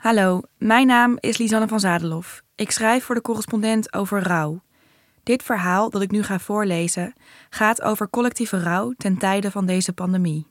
Hallo, mijn naam is Lisanne van Zadelof. Ik schrijf voor de Correspondent over rouw. Dit verhaal dat ik nu ga voorlezen gaat over collectieve rouw ten tijde van deze pandemie.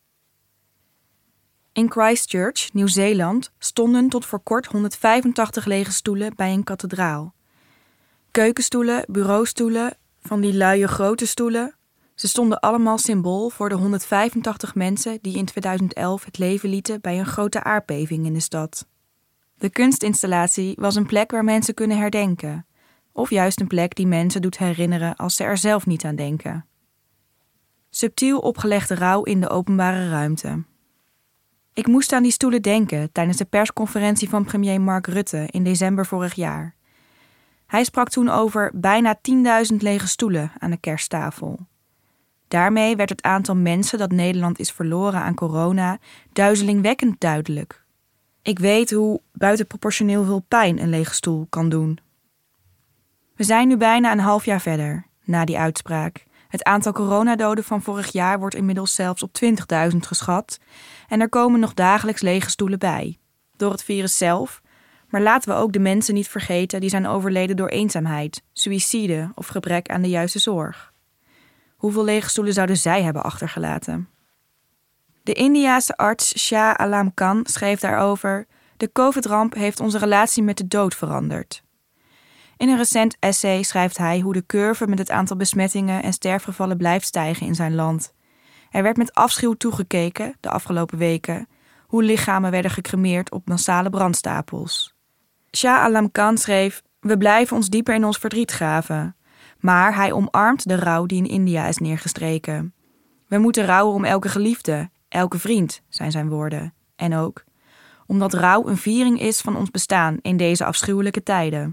In Christchurch, Nieuw-Zeeland, stonden tot voor kort 185 lege stoelen bij een kathedraal. Keukenstoelen, bureaustoelen, van die luie grote stoelen. Ze stonden allemaal symbool voor de 185 mensen die in 2011 het leven lieten bij een grote aardbeving in de stad. De kunstinstallatie was een plek waar mensen kunnen herdenken. Of juist een plek die mensen doet herinneren als ze er zelf niet aan denken. Subtiel opgelegde rouw in de openbare ruimte. Ik moest aan die stoelen denken tijdens de persconferentie van premier Mark Rutte in december vorig jaar. Hij sprak toen over bijna 10.000 lege stoelen aan de kersttafel. Daarmee werd het aantal mensen dat Nederland is verloren aan corona duizelingwekkend duidelijk. Ik weet hoe buitenproportioneel veel pijn een lege stoel kan doen. We zijn nu bijna een half jaar verder, na die uitspraak. Het aantal coronadoden van vorig jaar wordt inmiddels zelfs op 20.000 geschat en er komen nog dagelijks lege stoelen bij. Door het virus zelf, maar laten we ook de mensen niet vergeten die zijn overleden door eenzaamheid, suïcide of gebrek aan de juiste zorg. Hoeveel lege stoelen zouden zij hebben achtergelaten? De Indiase arts Shah Alam Khan schreef daarover: de COVID-ramp heeft onze relatie met de dood veranderd. In een recent essay schrijft hij hoe de curve met het aantal besmettingen en sterfgevallen blijft stijgen in zijn land. Er werd met afschuw toegekeken, de afgelopen weken, hoe lichamen werden gecremeerd op massale brandstapels. Shah Alam Khan schreef: we blijven ons dieper in ons verdriet graven. Maar hij omarmt de rouw die in India is neergestreken. We moeten rouwen om elke geliefde, elke vriend, zijn zijn woorden. En ook omdat rouw een viering is van ons bestaan in deze afschuwelijke tijden.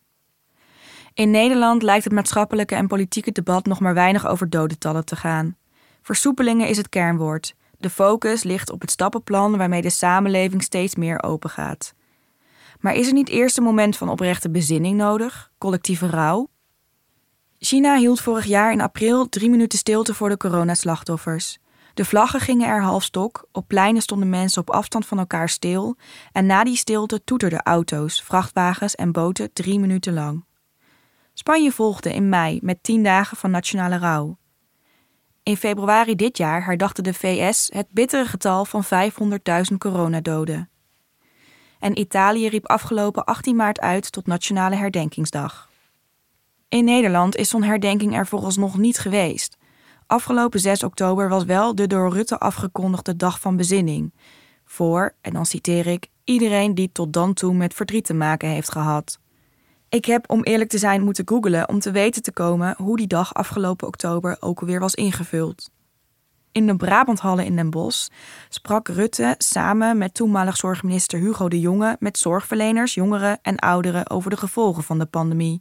In Nederland lijkt het maatschappelijke en politieke debat nog maar weinig over dodentallen te gaan. Versoepelingen is het kernwoord. De focus ligt op het stappenplan waarmee de samenleving steeds meer opengaat. Maar is er niet eerst een moment van oprechte bezinning nodig, collectieve rouw? China hield vorig jaar in april 3 minuten stilte voor de coronaslachtoffers. De vlaggen gingen er half stok, op pleinen stonden mensen op afstand van elkaar stil en na die stilte toeterden auto's, vrachtwagens en boten 3 minuten lang. Spanje volgde in mei met 10 dagen van nationale rouw. In februari dit jaar herdachte de VS het bittere getal van 500.000 coronadoden. En Italië riep afgelopen 18 maart uit tot Nationale Herdenkingsdag. In Nederland is zo'n herdenking er vooralsnog niet geweest. Afgelopen 6 oktober was wel de door Rutte afgekondigde dag van bezinning. Voor, en dan citeer ik, iedereen die tot dan toe met verdriet te maken heeft gehad. Ik heb, om eerlijk te zijn, moeten googlen om te weten te komen hoe die dag afgelopen oktober ook alweer was ingevuld. In de Brabanthallen in Den Bosch sprak Rutte samen met toenmalig zorgminister Hugo de Jonge met zorgverleners, jongeren en ouderen over de gevolgen van de pandemie.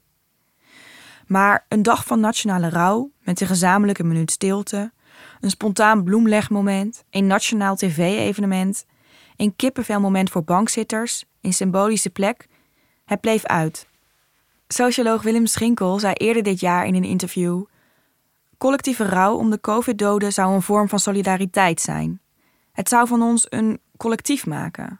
Maar een dag van nationale rouw, met een gezamenlijke minuut stilte, een spontaan bloemlegmoment, een nationaal tv-evenement, een kippenvelmoment voor bankzitters, een symbolische plek, het bleef uit. Socioloog Willem Schinkel zei eerder dit jaar in een interview: collectieve rouw om de COVID-doden zou een vorm van solidariteit zijn. Het zou van ons een collectief maken.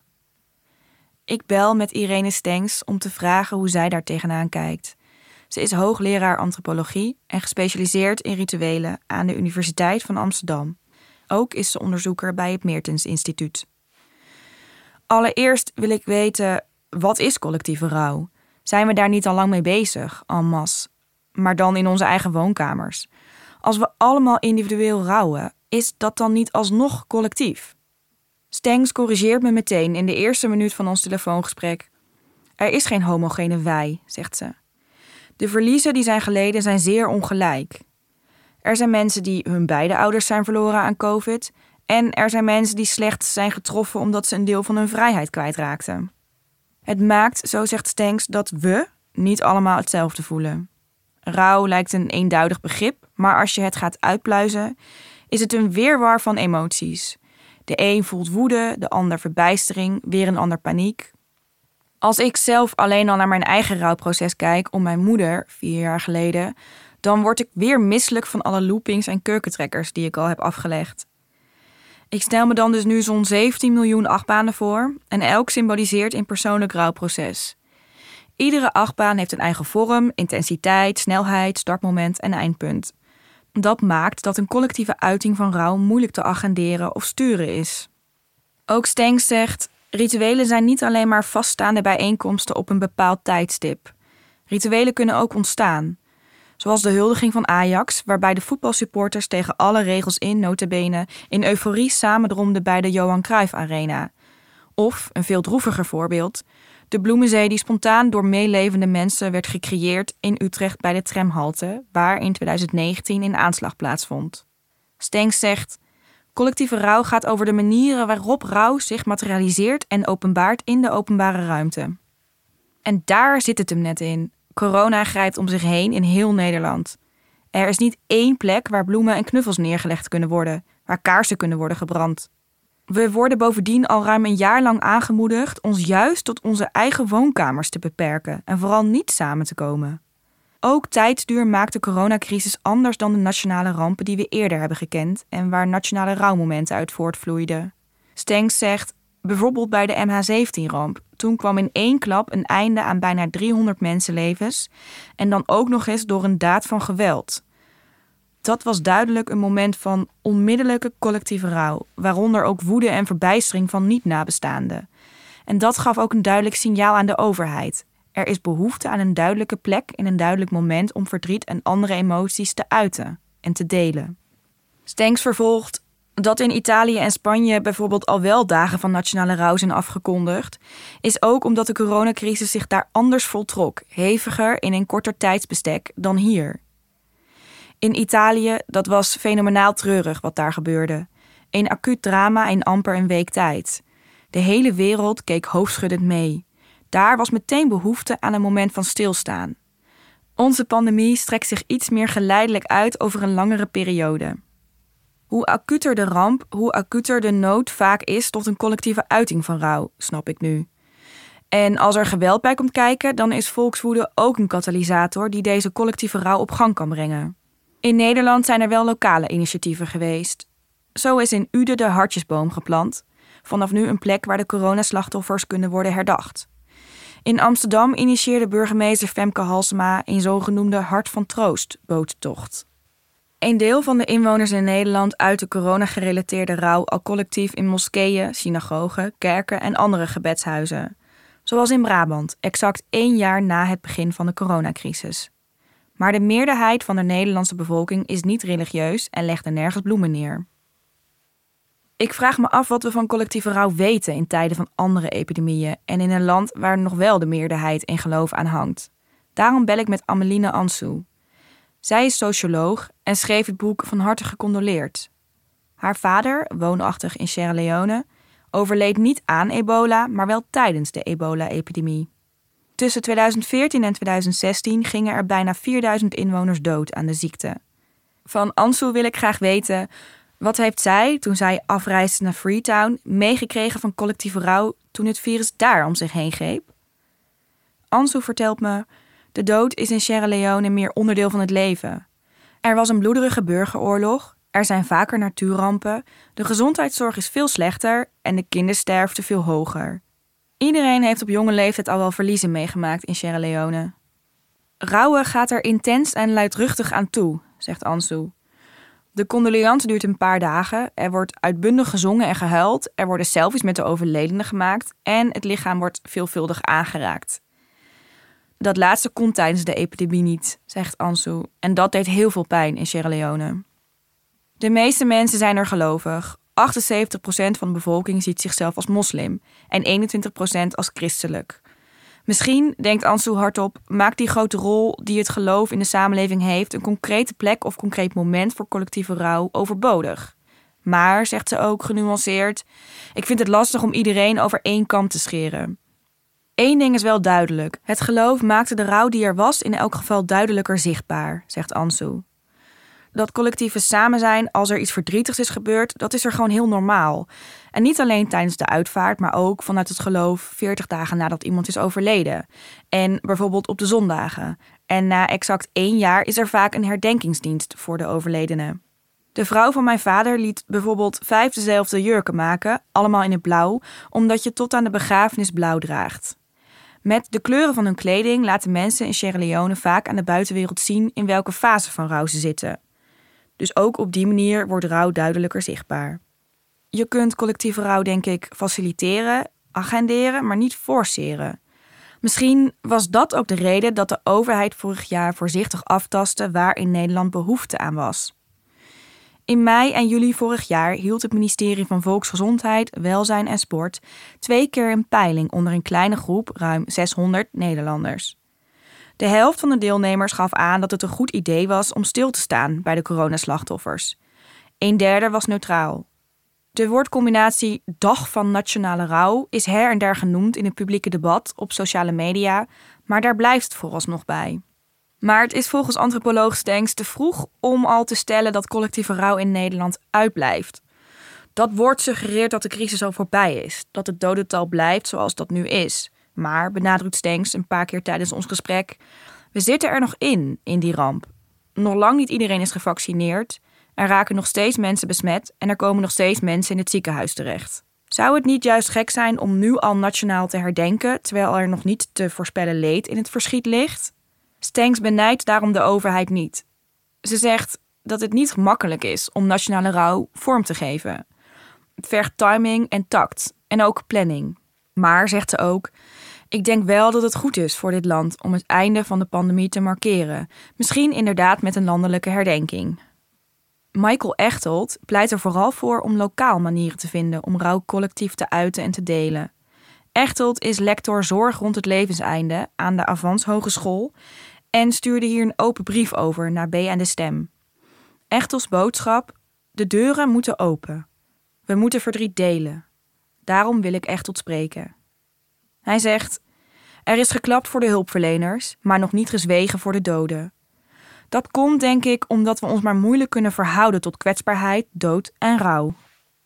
Ik bel met Irene Stengs om te vragen hoe zij daar tegenaan kijkt. Ze is hoogleraar antropologie en gespecialiseerd in rituelen aan de Universiteit van Amsterdam. Ook is ze onderzoeker bij het Meertens Instituut. Allereerst wil ik weten, wat is collectieve rouw? Zijn we daar niet al lang mee bezig, en masse, maar dan in onze eigen woonkamers? Als we allemaal individueel rouwen, is dat dan niet alsnog collectief? Stengs corrigeert me meteen in de eerste minuut van ons telefoongesprek. Er is geen homogene wij, zegt ze. De verliezen die zijn geleden zijn zeer ongelijk. Er zijn mensen die hun beide ouders zijn verloren aan COVID en er zijn mensen die slecht zijn getroffen omdat ze een deel van hun vrijheid kwijtraakten. Het maakt, zo zegt Stengs, dat we niet allemaal hetzelfde voelen. Rouw lijkt een eenduidig begrip, maar als je het gaat uitpluizen, is het een wirwar van emoties. De een voelt woede, de ander verbijstering, weer een ander paniek. Als ik zelf alleen al naar mijn eigen rouwproces kijk om mijn moeder 4 jaar geleden, dan word ik weer misselijk van alle loopings en kurkentrekkers die ik al heb afgelegd. Ik stel me dan dus nu zo'n 17 miljoen achtbanen voor en elk symboliseert een persoonlijk rouwproces. Iedere achtbaan heeft een eigen vorm, intensiteit, snelheid, startmoment en eindpunt. Dat maakt dat een collectieve uiting van rouw moeilijk te agenderen of sturen is. Ook Stengs zegt, rituelen zijn niet alleen maar vaststaande bijeenkomsten op een bepaald tijdstip. Rituelen kunnen ook ontstaan. Zoals de huldiging van Ajax, waarbij de voetbalsupporters tegen alle regels in, nota bene, in euforie samendromden bij de Johan Cruijff Arena. Of, een veel droeviger voorbeeld, de bloemenzee die spontaan door meelevende mensen werd gecreëerd in Utrecht bij de tramhalte, waar in 2019 een aanslag plaatsvond. Stengs zegt, collectieve rouw gaat over de manieren waarop rouw zich materialiseert en openbaart in de openbare ruimte. En daar zit het hem net in. Corona grijpt om zich heen in heel Nederland. Er is niet één plek waar bloemen en knuffels neergelegd kunnen worden, waar kaarsen kunnen worden gebrand. We worden bovendien al ruim een jaar lang aangemoedigd ons juist tot onze eigen woonkamers te beperken en vooral niet samen te komen. Ook tijdsduur maakt de coronacrisis anders dan de nationale rampen die we eerder hebben gekend en waar nationale rouwmomenten uit voortvloeiden. Stengs zegt, bijvoorbeeld bij de MH17-ramp, toen kwam in één klap een einde aan bijna 300 mensenlevens en dan ook nog eens door een daad van geweld. Dat was duidelijk een moment van onmiddellijke collectieve rouw, waaronder ook woede en verbijstering van niet-nabestaanden. En dat gaf ook een duidelijk signaal aan de overheid. Er is behoefte aan een duidelijke plek en een duidelijk moment om verdriet en andere emoties te uiten en te delen. Stengs vervolgt dat in Italië en Spanje bijvoorbeeld al wel dagen van nationale rouw zijn afgekondigd, is ook omdat de coronacrisis zich daar anders voltrok, heviger in een korter tijdsbestek dan hier. In Italië, dat was fenomenaal treurig wat daar gebeurde. Een acuut drama in amper een week tijd. De hele wereld keek hoofdschuddend mee. Daar was meteen behoefte aan een moment van stilstaan. Onze pandemie strekt zich iets meer geleidelijk uit over een langere periode. Hoe acuter de ramp, hoe acuter de nood vaak is tot een collectieve uiting van rouw, snap ik nu. En als er geweld bij komt kijken, dan is volkswoede ook een katalysator die deze collectieve rouw op gang kan brengen. In Nederland zijn er wel lokale initiatieven geweest. Zo is in Uden de Hartjesboom geplant. Vanaf nu een plek waar de coronaslachtoffers kunnen worden herdacht. In Amsterdam initieerde burgemeester Femke Halsema een zogenoemde Hart van Troost boottocht. Een deel van de inwoners in Nederland uit de corona-gerelateerde rouw al collectief in moskeeën, synagogen, kerken en andere gebedshuizen. Zoals in Brabant, exact 1 jaar na het begin van de coronacrisis. Maar de meerderheid van de Nederlandse bevolking is niet religieus en legt er nergens bloemen neer. Ik vraag me af wat we van collectieve rouw weten in tijden van andere epidemieën en in een land waar nog wel de meerderheid in geloof aan hangt. Daarom bel ik met Ameline Ansou. Zij is socioloog en schreef het boek Van harte gecondoleerd. Haar vader, woonachtig in Sierra Leone, overleed niet aan ebola, maar wel tijdens de ebola-epidemie. Tussen 2014 en 2016 gingen er bijna 4000 inwoners dood aan de ziekte. Van Ansou wil ik graag weten, wat heeft zij, toen zij afreisde naar Freetown, meegekregen van collectieve rouw toen het virus daar om zich heen greep? Ansou vertelt me, de dood is in Sierra Leone meer onderdeel van het leven. Er was een bloederige burgeroorlog, er zijn vaker natuurrampen, de gezondheidszorg is veel slechter en de kindersterfte veel hoger. Iedereen heeft op jonge leeftijd al wel verliezen meegemaakt in Sierra Leone. Rouwen gaat er intens en luidruchtig aan toe, zegt Ansou. De condoleance duurt een paar dagen, er wordt uitbundig gezongen en gehuild, er worden selfies met de overledene gemaakt en het lichaam wordt veelvuldig aangeraakt. Dat laatste kon tijdens de epidemie niet, zegt Ansou, en dat deed heel veel pijn in Sierra Leone. De meeste mensen zijn er gelovig. 78% van de bevolking ziet zichzelf als moslim en 21% als christelijk. Misschien, denkt Ansou hardop, maakt die grote rol die het geloof in de samenleving heeft een concrete plek of concreet moment voor collectieve rouw overbodig. Maar, zegt ze ook genuanceerd, ik vind het lastig om iedereen over één kam te scheren. Eén ding is wel duidelijk, het geloof maakte de rouw die er was in elk geval duidelijker zichtbaar, zegt Ansou. Dat collectieve samen zijn als er iets verdrietigs is gebeurd, dat is er gewoon heel normaal. En niet alleen tijdens de uitvaart, maar ook vanuit het geloof 40 dagen nadat iemand is overleden. En bijvoorbeeld op de zondagen. En na exact 1 jaar is er vaak een herdenkingsdienst voor de overledene. De vrouw van mijn vader liet bijvoorbeeld 5 dezelfde jurken maken, allemaal in het blauw, omdat je tot aan de begrafenis blauw draagt. Met de kleuren van hun kleding laten mensen in Sierra Leone vaak aan de buitenwereld zien in welke fase van rouw ze zitten. Dus ook op die manier wordt rouw duidelijker zichtbaar. Je kunt collectieve rouw, denk ik, faciliteren, agenderen, maar niet forceren. Misschien was dat ook de reden dat de overheid vorig jaar voorzichtig aftastte waar in Nederland behoefte aan was. In mei en juli vorig jaar hield het ministerie van Volksgezondheid, Welzijn en Sport 2 keer een peiling onder een kleine groep, ruim 600 Nederlanders. De helft van de deelnemers gaf aan dat het een goed idee was om stil te staan bij de coronaslachtoffers. 1/3 was neutraal. De woordcombinatie Dag van Nationale Rouw is her en der genoemd in het publieke debat op sociale media, maar daar blijft het vooralsnog bij. Maar het is volgens antropoloog Stengs te vroeg om al te stellen dat collectieve rouw in Nederland uitblijft. Dat woord suggereert dat de crisis al voorbij is, dat het dodental blijft zoals dat nu is. Maar, benadrukt Stengs een paar keer tijdens ons gesprek, we zitten er nog in die ramp. Nog lang niet iedereen is gevaccineerd, er raken nog steeds mensen besmet en er komen nog steeds mensen in het ziekenhuis terecht. Zou het niet juist gek zijn om nu al nationaal te herdenken, terwijl er nog niet te voorspellen leed in het verschiet ligt? Stengs benijdt daarom de overheid niet. Ze zegt dat het niet gemakkelijk is om nationale rouw vorm te geven. Het vergt timing en tact en ook planning. Maar, zegt ze ook, ik denk wel dat het goed is voor dit land om het einde van de pandemie te markeren. Misschien inderdaad met een landelijke herdenking. Michael Echtelt pleit er vooral voor om lokaal manieren te vinden om rouw collectief te uiten en te delen. Echtelt is lector zorg rond het levenseinde aan de Avans Hogeschool en stuurde hier een open brief over naar B en de Stem. Echtelts boodschap: de deuren moeten open. We moeten verdriet delen. Daarom wil ik Echtelt spreken. Hij zegt: er is geklapt voor de hulpverleners, maar nog niet gezwegen voor de doden. Dat komt, denk ik, omdat we ons maar moeilijk kunnen verhouden tot kwetsbaarheid, dood en rouw.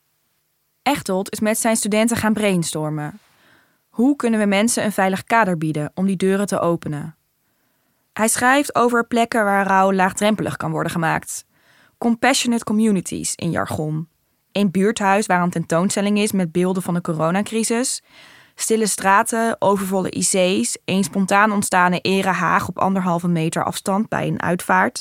Echtelt is met zijn studenten gaan brainstormen. Hoe kunnen we mensen een veilig kader bieden om die deuren te openen? Hij schrijft over plekken waar rouw laagdrempelig kan worden gemaakt. Compassionate communities in jargon. Een buurthuis waar een tentoonstelling is met beelden van de coronacrisis. Stille straten, overvolle IC's, een spontaan ontstane erehaag op 1,5 meter afstand bij een uitvaart.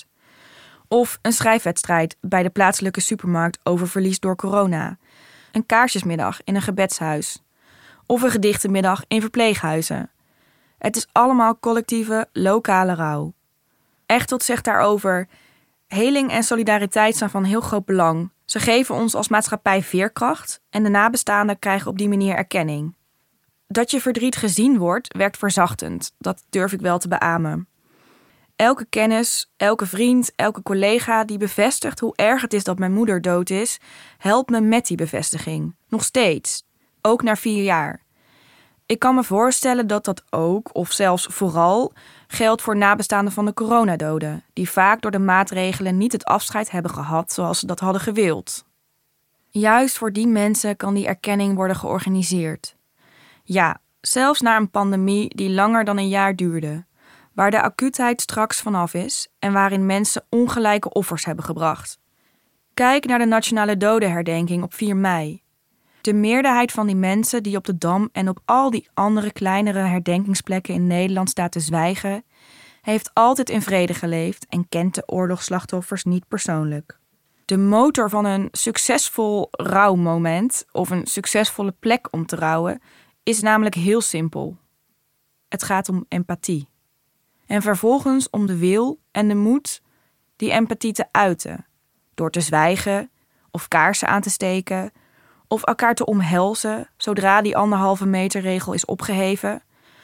Of een schrijfwedstrijd bij de plaatselijke supermarkt over verlies door corona. Een kaarsjesmiddag in een gebedshuis. Of een gedichtenmiddag in verpleeghuizen. Het is allemaal collectieve, lokale rouw. Echtelt zegt daarover: heling en solidariteit zijn van heel groot belang. Ze geven ons als maatschappij veerkracht en de nabestaanden krijgen op die manier erkenning. Dat je verdriet gezien wordt, werkt verzachtend. Dat durf ik wel te beamen. Elke kennis, elke vriend, elke collega die bevestigt hoe erg het is dat mijn moeder dood is, helpt me met die bevestiging. Nog steeds. Ook na 4 jaar. Ik kan me voorstellen dat dat ook, of zelfs vooral, geldt voor nabestaanden van de coronadoden, die vaak door de maatregelen niet het afscheid hebben gehad zoals ze dat hadden gewild. Juist voor die mensen kan die erkenning worden georganiseerd. Ja, zelfs na een pandemie die langer dan een jaar duurde, waar de acuutheid straks vanaf is en waarin mensen ongelijke offers hebben gebracht. Kijk naar de Nationale Dodenherdenking op 4 mei. De meerderheid van die mensen die op de Dam en op al die andere kleinere herdenkingsplekken in Nederland staat te zwijgen, heeft altijd in vrede geleefd en kent de oorlogsslachtoffers niet persoonlijk. De motor van een succesvol rouwmoment of een succesvolle plek om te rouwen is namelijk heel simpel. Het gaat om empathie. En vervolgens om de wil en de moed die empathie te uiten. Door te zwijgen of kaarsen aan te steken of elkaar te omhelzen zodra die 1,5 meter regel is opgeheven.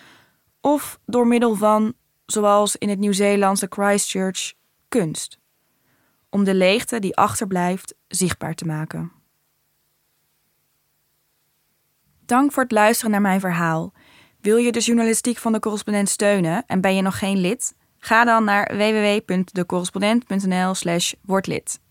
Of door middel van, zoals in het Nieuw-Zeelandse Christchurch, kunst. Om de leegte die achterblijft zichtbaar te maken. Dank voor het luisteren naar mijn verhaal. Wil je de journalistiek van De Correspondent steunen en ben je nog geen lid? Ga dan naar www.decorrespondent.nl/wordlid.